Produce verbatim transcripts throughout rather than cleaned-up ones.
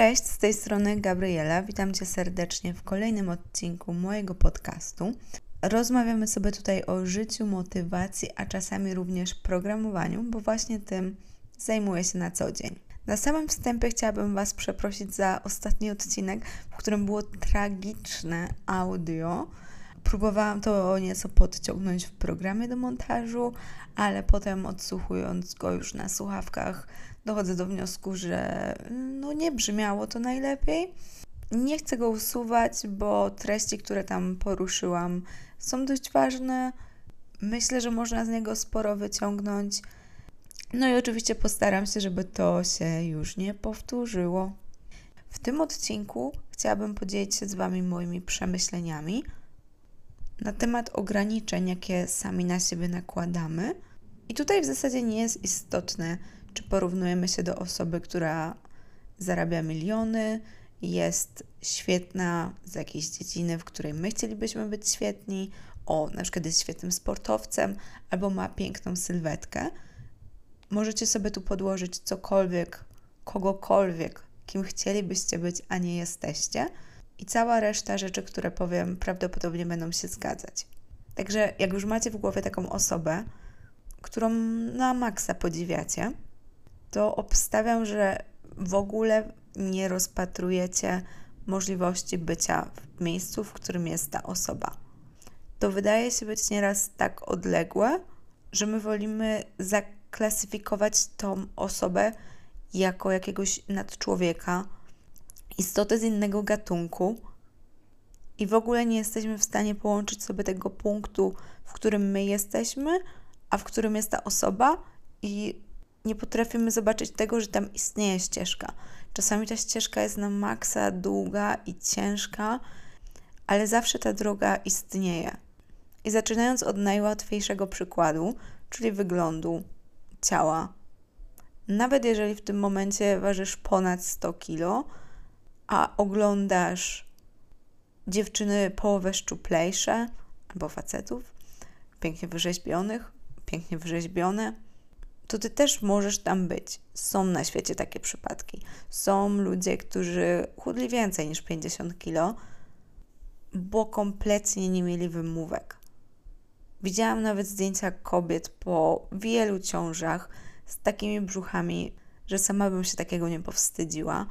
Cześć, z tej strony Gabriela. Witam Cię serdecznie w kolejnym odcinku mojego podcastu. Rozmawiamy sobie tutaj o życiu, motywacji, a czasami również programowaniu, bo właśnie tym zajmuję się na co dzień. Na samym wstępie chciałabym Was przeprosić za ostatni odcinek, w którym było tragiczne audio. Próbowałam to nieco podciągnąć w programie do montażu, ale potem odsłuchując go już na słuchawkach dochodzę do wniosku, że no nie brzmiało to najlepiej. Nie chcę go usuwać, bo treści, które tam poruszyłam, są dość ważne. Myślę, że można z niego sporo wyciągnąć. No i oczywiście postaram się, żeby to się już nie powtórzyło. W tym odcinku chciałabym podzielić się z Wami moimi przemyśleniami na temat ograniczeń, jakie sami na siebie nakładamy. I tutaj w zasadzie nie jest istotne, czy porównujemy się do osoby, która zarabia miliony, jest świetna z jakiejś dziedziny, w której my chcielibyśmy być świetni, o, na przykład jest świetnym sportowcem, albo ma piękną sylwetkę. Możecie sobie tu podłożyć cokolwiek, kogokolwiek, kim chcielibyście być, a nie jesteście. I cała reszta rzeczy, które powiem, prawdopodobnie będą się zgadzać. Także jak już macie w głowie taką osobę, którą na maksa podziwiacie, to obstawiam, że w ogóle nie rozpatrujecie możliwości bycia w miejscu, w którym jest ta osoba. To wydaje się być nieraz tak odległe, że my wolimy zaklasyfikować tą osobę jako jakiegoś nadczłowieka, istotę z innego gatunku i w ogóle nie jesteśmy w stanie połączyć sobie tego punktu, w którym my jesteśmy, a w którym jest ta osoba i nie potrafimy zobaczyć tego, że tam istnieje ścieżka. Czasami ta ścieżka jest na maksa długa i ciężka, ale zawsze ta droga istnieje. I zaczynając od najłatwiejszego przykładu, czyli wyglądu ciała. Nawet jeżeli w tym momencie ważysz ponad sto kilo, a oglądasz dziewczyny połowę szczuplejsze, albo facetów, pięknie wyrzeźbionych, pięknie wyrzeźbione, to ty też możesz tam być. Są na świecie takie przypadki. Są ludzie, którzy chudli więcej niż pięćdziesiąt kilo, bo kompletnie nie mieli wymówek. Widziałam nawet zdjęcia kobiet po wielu ciążach z takimi brzuchami, że sama bym się takiego nie powstydziła.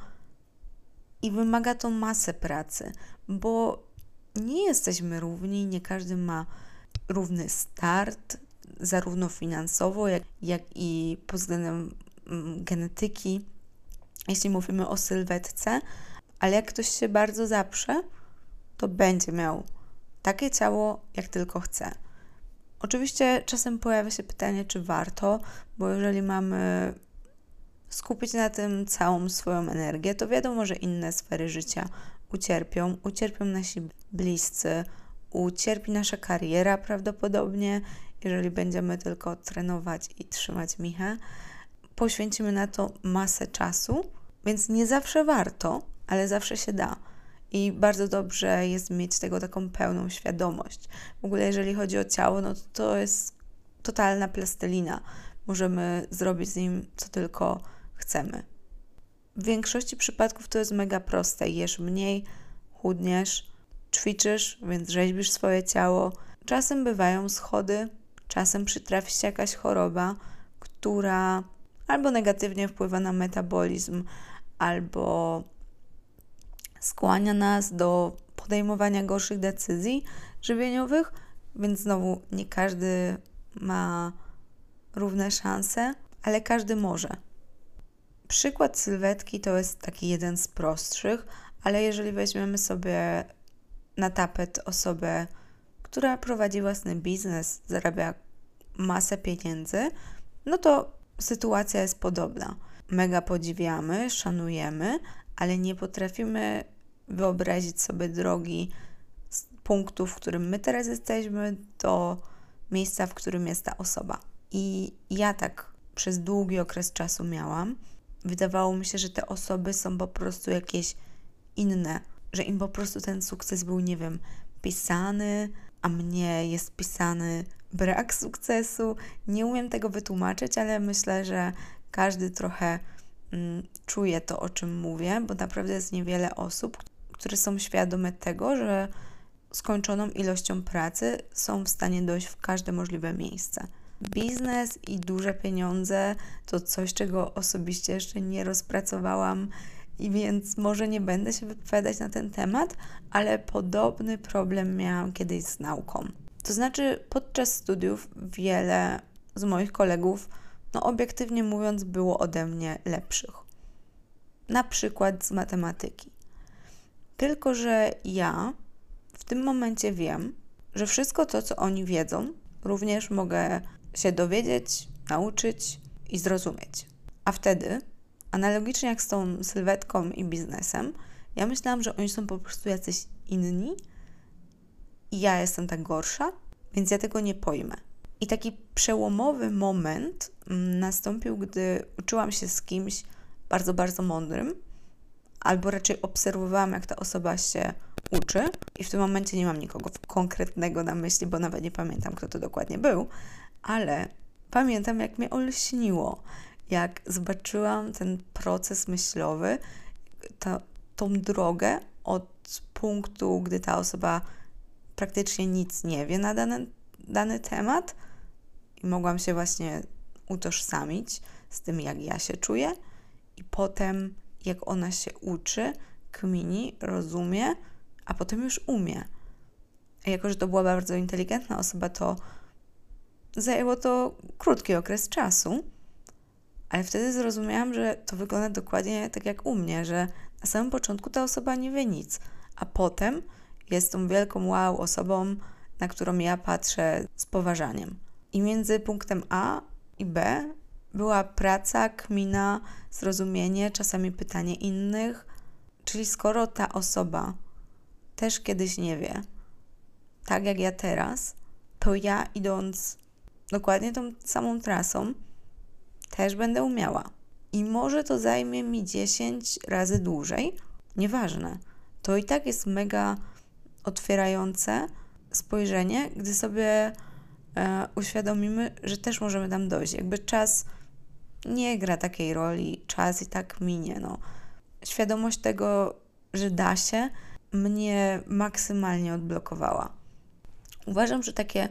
I wymaga to masę pracy, bo nie jesteśmy równi, nie każdy ma równy start, zarówno finansowo, jak, jak i pod względem mm, genetyki, jeśli mówimy o sylwetce, ale jak ktoś się bardzo zaprze, to będzie miał takie ciało, jak tylko chce. Oczywiście czasem pojawia się pytanie, czy warto, bo jeżeli mamy skupić na tym całą swoją energię, to wiadomo, że inne sfery życia ucierpią, ucierpią nasi bliscy, ucierpi nasza kariera prawdopodobnie, jeżeli będziemy tylko trenować i trzymać michę. Poświęcimy na to masę czasu, więc nie zawsze warto, ale zawsze się da. I bardzo dobrze jest mieć tego taką pełną świadomość. W ogóle jeżeli chodzi o ciało, no to, to jest totalna plastelina. Możemy zrobić z nim co tylko chcemy. W większości przypadków to jest mega proste. Jesz mniej, chudniesz, ćwiczysz, więc rzeźbisz swoje ciało. Czasem bywają schody, czasem przytrafi się jakaś choroba, która albo negatywnie wpływa na metabolizm, albo skłania nas do podejmowania gorszych decyzji żywieniowych, więc znowu nie każdy ma równe szanse, ale każdy może. Przykład sylwetki to jest taki jeden z prostszych, ale jeżeli weźmiemy sobie na tapet osobę, która prowadzi własny biznes, zarabia masę pieniędzy, no to sytuacja jest podobna. Mega podziwiamy, szanujemy, ale nie potrafimy wyobrazić sobie drogi z punktu, w którym my teraz jesteśmy, do miejsca, w którym jest ta osoba. I ja tak przez długi okres czasu miałam. Wydawało mi się, że te osoby są po prostu jakieś inne, że im po prostu ten sukces był, nie wiem, pisany, a mnie jest pisany brak sukcesu. Nie umiem tego wytłumaczyć, ale myślę, że każdy trochę mm, czuje to, o czym mówię, bo naprawdę jest niewiele osób, które są świadome tego, że skończoną ilością pracy są w stanie dojść w każde możliwe miejsce. Biznes i duże pieniądze to coś, czego osobiście jeszcze nie rozpracowałam i więc może nie będę się wypowiadać na ten temat, ale podobny problem miałam kiedyś z nauką. To znaczy podczas studiów wiele z moich kolegów, no obiektywnie mówiąc, było ode mnie lepszych. Na przykład z matematyki. Tylko że ja w tym momencie wiem, że wszystko to, co oni wiedzą, również mogę się dowiedzieć, nauczyć i zrozumieć. A wtedy, analogicznie jak z tą sylwetką i biznesem, ja myślałam, że oni są po prostu jacyś inni i ja jestem tak gorsza, więc ja tego nie pojmę. I taki przełomowy moment nastąpił, gdy uczyłam się z kimś bardzo, bardzo mądrym, albo raczej obserwowałam, jak ta osoba się uczy i w tym momencie nie mam nikogo konkretnego na myśli, bo nawet nie pamiętam, kto to dokładnie był, ale pamiętam, jak mnie olśniło, jak zobaczyłam ten proces myślowy, to, tą drogę od punktu, gdy ta osoba praktycznie nic nie wie na dany, dany temat i mogłam się właśnie utożsamić z tym, jak ja się czuję i potem jak ona się uczy, kmini, rozumie, a potem już umie. A jako, że to była bardzo inteligentna osoba, to zajęło to krótki okres czasu, ale wtedy zrozumiałam, że to wygląda dokładnie tak jak u mnie, że na samym początku ta osoba nie wie nic, a potem jest tą wielką wow osobą, na którą ja patrzę z poważaniem. I między punktem A i B była praca, kmina, zrozumienie, czasami pytanie innych. Czyli skoro ta osoba też kiedyś nie wie, tak jak ja teraz, to ja idąc dokładnie tą samą trasą też będę umiała. I może to zajmie mi dziesięć razy dłużej, nieważne. To i tak jest mega otwierające spojrzenie, gdy sobie e, uświadomimy, że też możemy tam dojść. Jakby czas nie gra takiej roli, czas i tak minie. No. Świadomość tego, że da się, mnie maksymalnie odblokowała. Uważam, że takie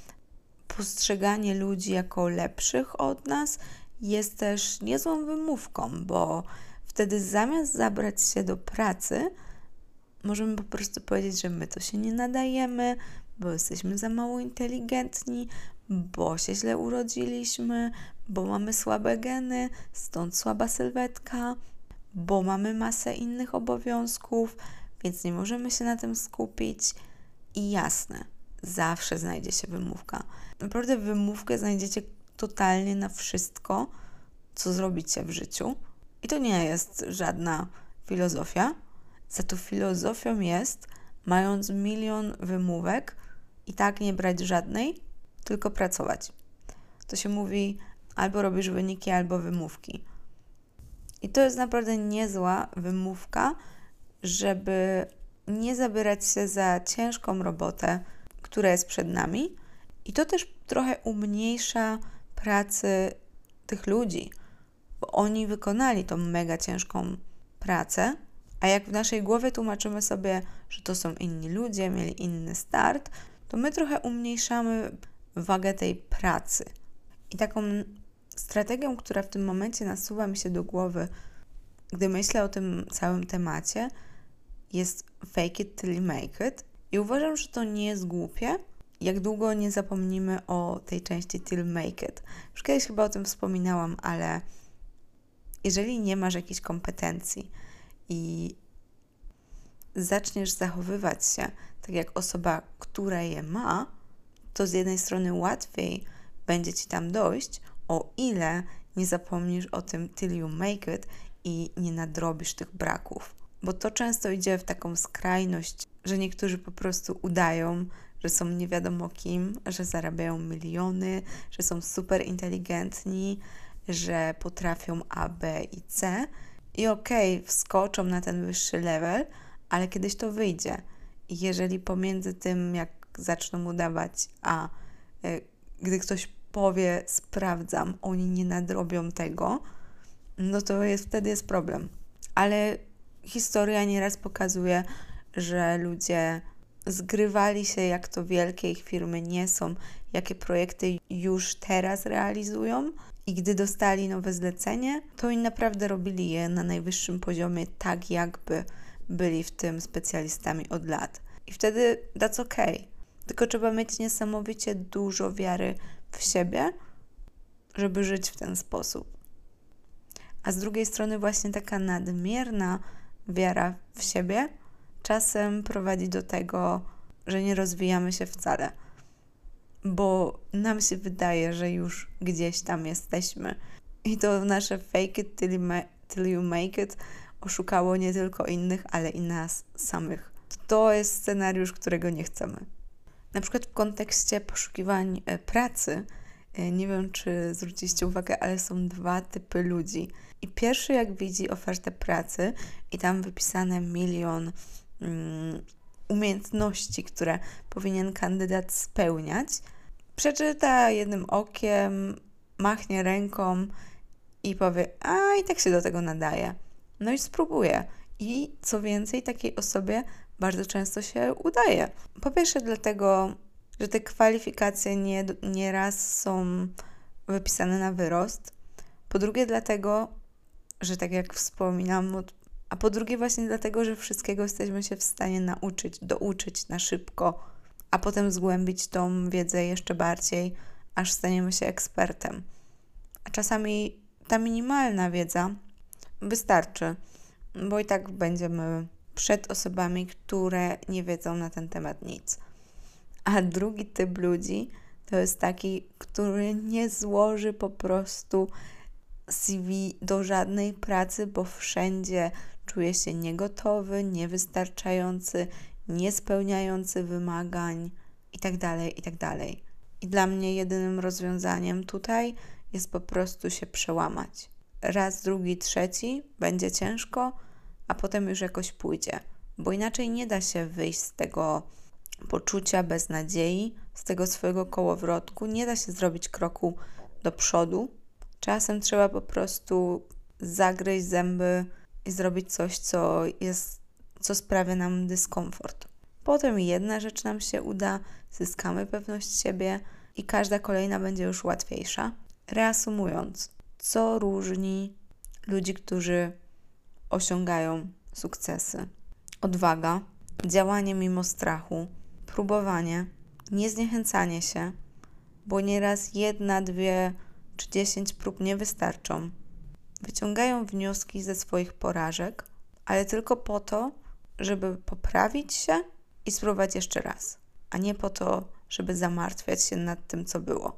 postrzeganie ludzi jako lepszych od nas jest też niezłą wymówką, bo wtedy zamiast zabrać się do pracy, możemy po prostu powiedzieć, że my to się nie nadajemy, bo jesteśmy za mało inteligentni, bo się źle urodziliśmy, bo mamy słabe geny, stąd słaba sylwetka, bo mamy masę innych obowiązków, więc nie możemy się na tym skupić. I jasne, zawsze znajdzie się wymówka. Naprawdę wymówkę znajdziecie totalnie na wszystko, co zrobicie w życiu. I to nie jest żadna filozofia. Za to filozofią jest, mając milion wymówek, i tak nie brać żadnej, tylko pracować. To się mówi, albo robisz wyniki, albo wymówki. I to jest naprawdę niezła wymówka, żeby nie zabierać się za ciężką robotę, która jest przed nami. I to też trochę umniejsza pracy tych ludzi, bo oni wykonali tą mega ciężką pracę, a jak w naszej głowie tłumaczymy sobie, że to są inni ludzie, mieli inny start, to my trochę umniejszamy wagę tej pracy. I taką strategią, która w tym momencie nasuwa mi się do głowy, gdy myślę o tym całym temacie, jest fake it till you make it. I uważam, że to nie jest głupie, jak długo nie zapomnimy o tej części till make it. Już kiedyś chyba o tym wspominałam, ale jeżeli nie masz jakichś kompetencji i zaczniesz zachowywać się tak jak osoba, która je ma, to z jednej strony łatwiej będzie Ci tam dojść, o ile nie zapomnisz o tym till you make it i nie nadrobisz tych braków. Bo to często idzie w taką skrajność, że niektórzy po prostu udają, że są nie wiadomo kim, że zarabiają miliony, że są super inteligentni, że potrafią A, B i C i okej, okay, wskoczą na ten wyższy level, ale kiedyś to wyjdzie. I jeżeli pomiędzy tym, jak zaczną udawać, a y, gdy ktoś powie, sprawdzam, oni nie nadrobią tego, no to jest, wtedy jest problem. Ale historia nieraz pokazuje, że ludzie zgrywali się, jak to wielkie ich firmy nie są, jakie projekty już teraz realizują i gdy dostali nowe zlecenie, to oni naprawdę robili je na najwyższym poziomie, tak jakby byli w tym specjalistami od lat. I wtedy that's okay. Tylko trzeba mieć niesamowicie dużo wiary w siebie, żeby żyć w ten sposób. A z drugiej strony właśnie taka nadmierna wiara w siebie czasem prowadzi do tego, że nie rozwijamy się wcale. Bo nam się wydaje, że już gdzieś tam jesteśmy. I to nasze fake it till you, ma- till you make it oszukało nie tylko innych, ale i nas samych. To jest scenariusz, którego nie chcemy. Na przykład w kontekście poszukiwań pracy, nie wiem, czy zwróciliście uwagę, ale są dwa typy ludzi. I pierwszy, jak widzi ofertę pracy i tam wypisane milion um, umiejętności, które powinien kandydat spełniać, przeczyta jednym okiem, machnie ręką i powie, a i tak się do tego nadaje. No i spróbuje. I co więcej, takiej osobie bardzo często się udaje. Po pierwsze dlatego, że te kwalifikacje nie, nieraz są wypisane na wyrost. Po drugie dlatego, że tak jak wspominam, a po drugie właśnie dlatego, że wszystkiego jesteśmy się w stanie nauczyć, douczyć na szybko, a potem zgłębić tą wiedzę jeszcze bardziej, aż staniemy się ekspertem. A czasami ta minimalna wiedza wystarczy, bo i tak będziemy przed osobami, które nie wiedzą na ten temat nic. A drugi typ ludzi to jest taki, który nie złoży po prostu C V do żadnej pracy, bo wszędzie czuje się niegotowy, niewystarczający, niespełniający wymagań itd., itd. I dla mnie jedynym rozwiązaniem tutaj jest po prostu się przełamać. Raz, drugi, trzeci będzie ciężko, a potem już jakoś pójdzie, bo inaczej nie da się wyjść z tego poczucia beznadziei, z tego swojego kołowrotku, nie da się zrobić kroku do przodu. Czasem trzeba po prostu zagryźć zęby i zrobić coś, co jest, co sprawia nam dyskomfort. Potem jedna rzecz nam się uda, zyskamy pewność siebie i każda kolejna będzie już łatwiejsza. Reasumując, co różni ludzi, którzy osiągają sukcesy? Odwaga, działanie mimo strachu, próbowanie, niezniechęcanie się, bo nieraz jedna, dwie czy dziesięć prób nie wystarczą. Wyciągają wnioski ze swoich porażek, ale tylko po to, żeby poprawić się i spróbować jeszcze raz, a nie po to, żeby zamartwiać się nad tym, co było.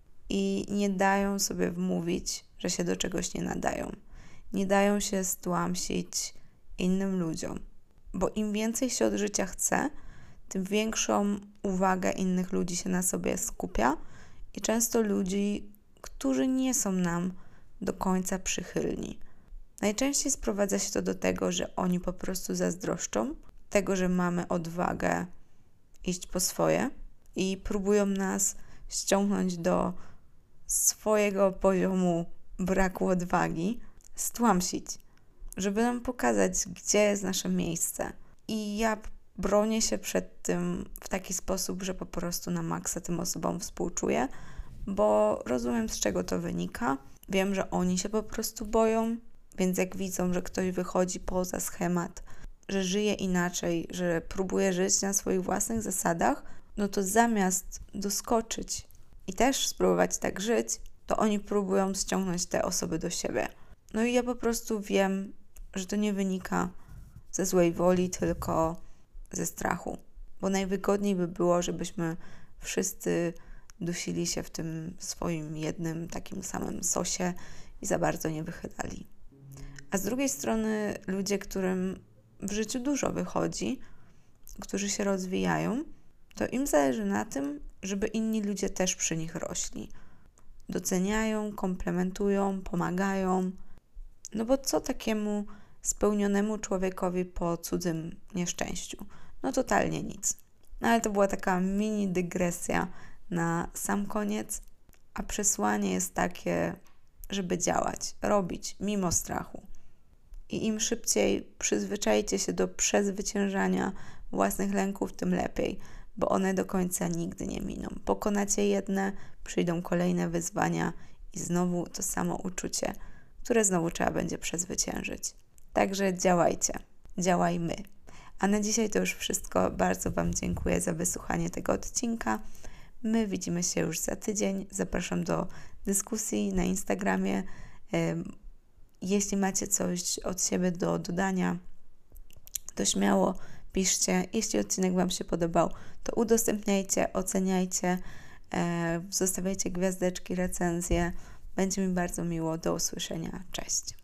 I nie dają sobie wmówić, że się do czegoś nie nadają. Nie dają się stłamsić innym ludziom, bo im więcej się od życia chce, tym większą uwagę innych ludzi się na sobie skupia i często ludzi, którzy nie są nam do końca przychylni. Najczęściej sprowadza się to do tego, że oni po prostu zazdroszczą tego, że mamy odwagę iść po swoje i próbują nas ściągnąć do swojego poziomu braku odwagi, stłamsić, żeby nam pokazać, gdzie jest nasze miejsce. I ja bronię się przed tym w taki sposób, że po prostu na maksa tym osobom współczuję, bo rozumiem, z czego to wynika. Wiem, że oni się po prostu boją, więc jak widzą, że ktoś wychodzi poza schemat, że żyje inaczej, że próbuje żyć na swoich własnych zasadach, no to zamiast doskoczyć i też spróbować tak żyć, to oni próbują ściągnąć te osoby do siebie. No i ja po prostu wiem, że to nie wynika ze złej woli, tylko ze strachu. Bo najwygodniej by było, żebyśmy wszyscy dusili się w tym swoim jednym takim samym sosie i za bardzo nie wychylali. A z drugiej strony ludzie, którym w życiu dużo wychodzi, którzy się rozwijają, to im zależy na tym, żeby inni ludzie też przy nich rośli. Doceniają, komplementują, pomagają. No bo co takiemu spełnionemu człowiekowi po cudzym nieszczęściu? No totalnie nic. No ale to była taka mini dygresja na sam koniec, a przesłanie jest takie, żeby działać, robić mimo strachu. I im szybciej przyzwyczajcie się do przezwyciężania własnych lęków, tym lepiej, bo one do końca nigdy nie miną. Pokonacie jedne, przyjdą kolejne wyzwania i znowu to samo uczucie, które znowu trzeba będzie przezwyciężyć. Także działajcie, działajmy. A na dzisiaj to już wszystko. Bardzo Wam dziękuję za wysłuchanie tego odcinka. My widzimy się już za tydzień. Zapraszam do dyskusji na Instagramie. Jeśli macie coś od siebie do dodania, to śmiało piszcie. Jeśli odcinek Wam się podobał, to udostępniajcie, oceniajcie, zostawiajcie gwiazdeczki, recenzje. Będzie mi bardzo miło. Do usłyszenia. Cześć.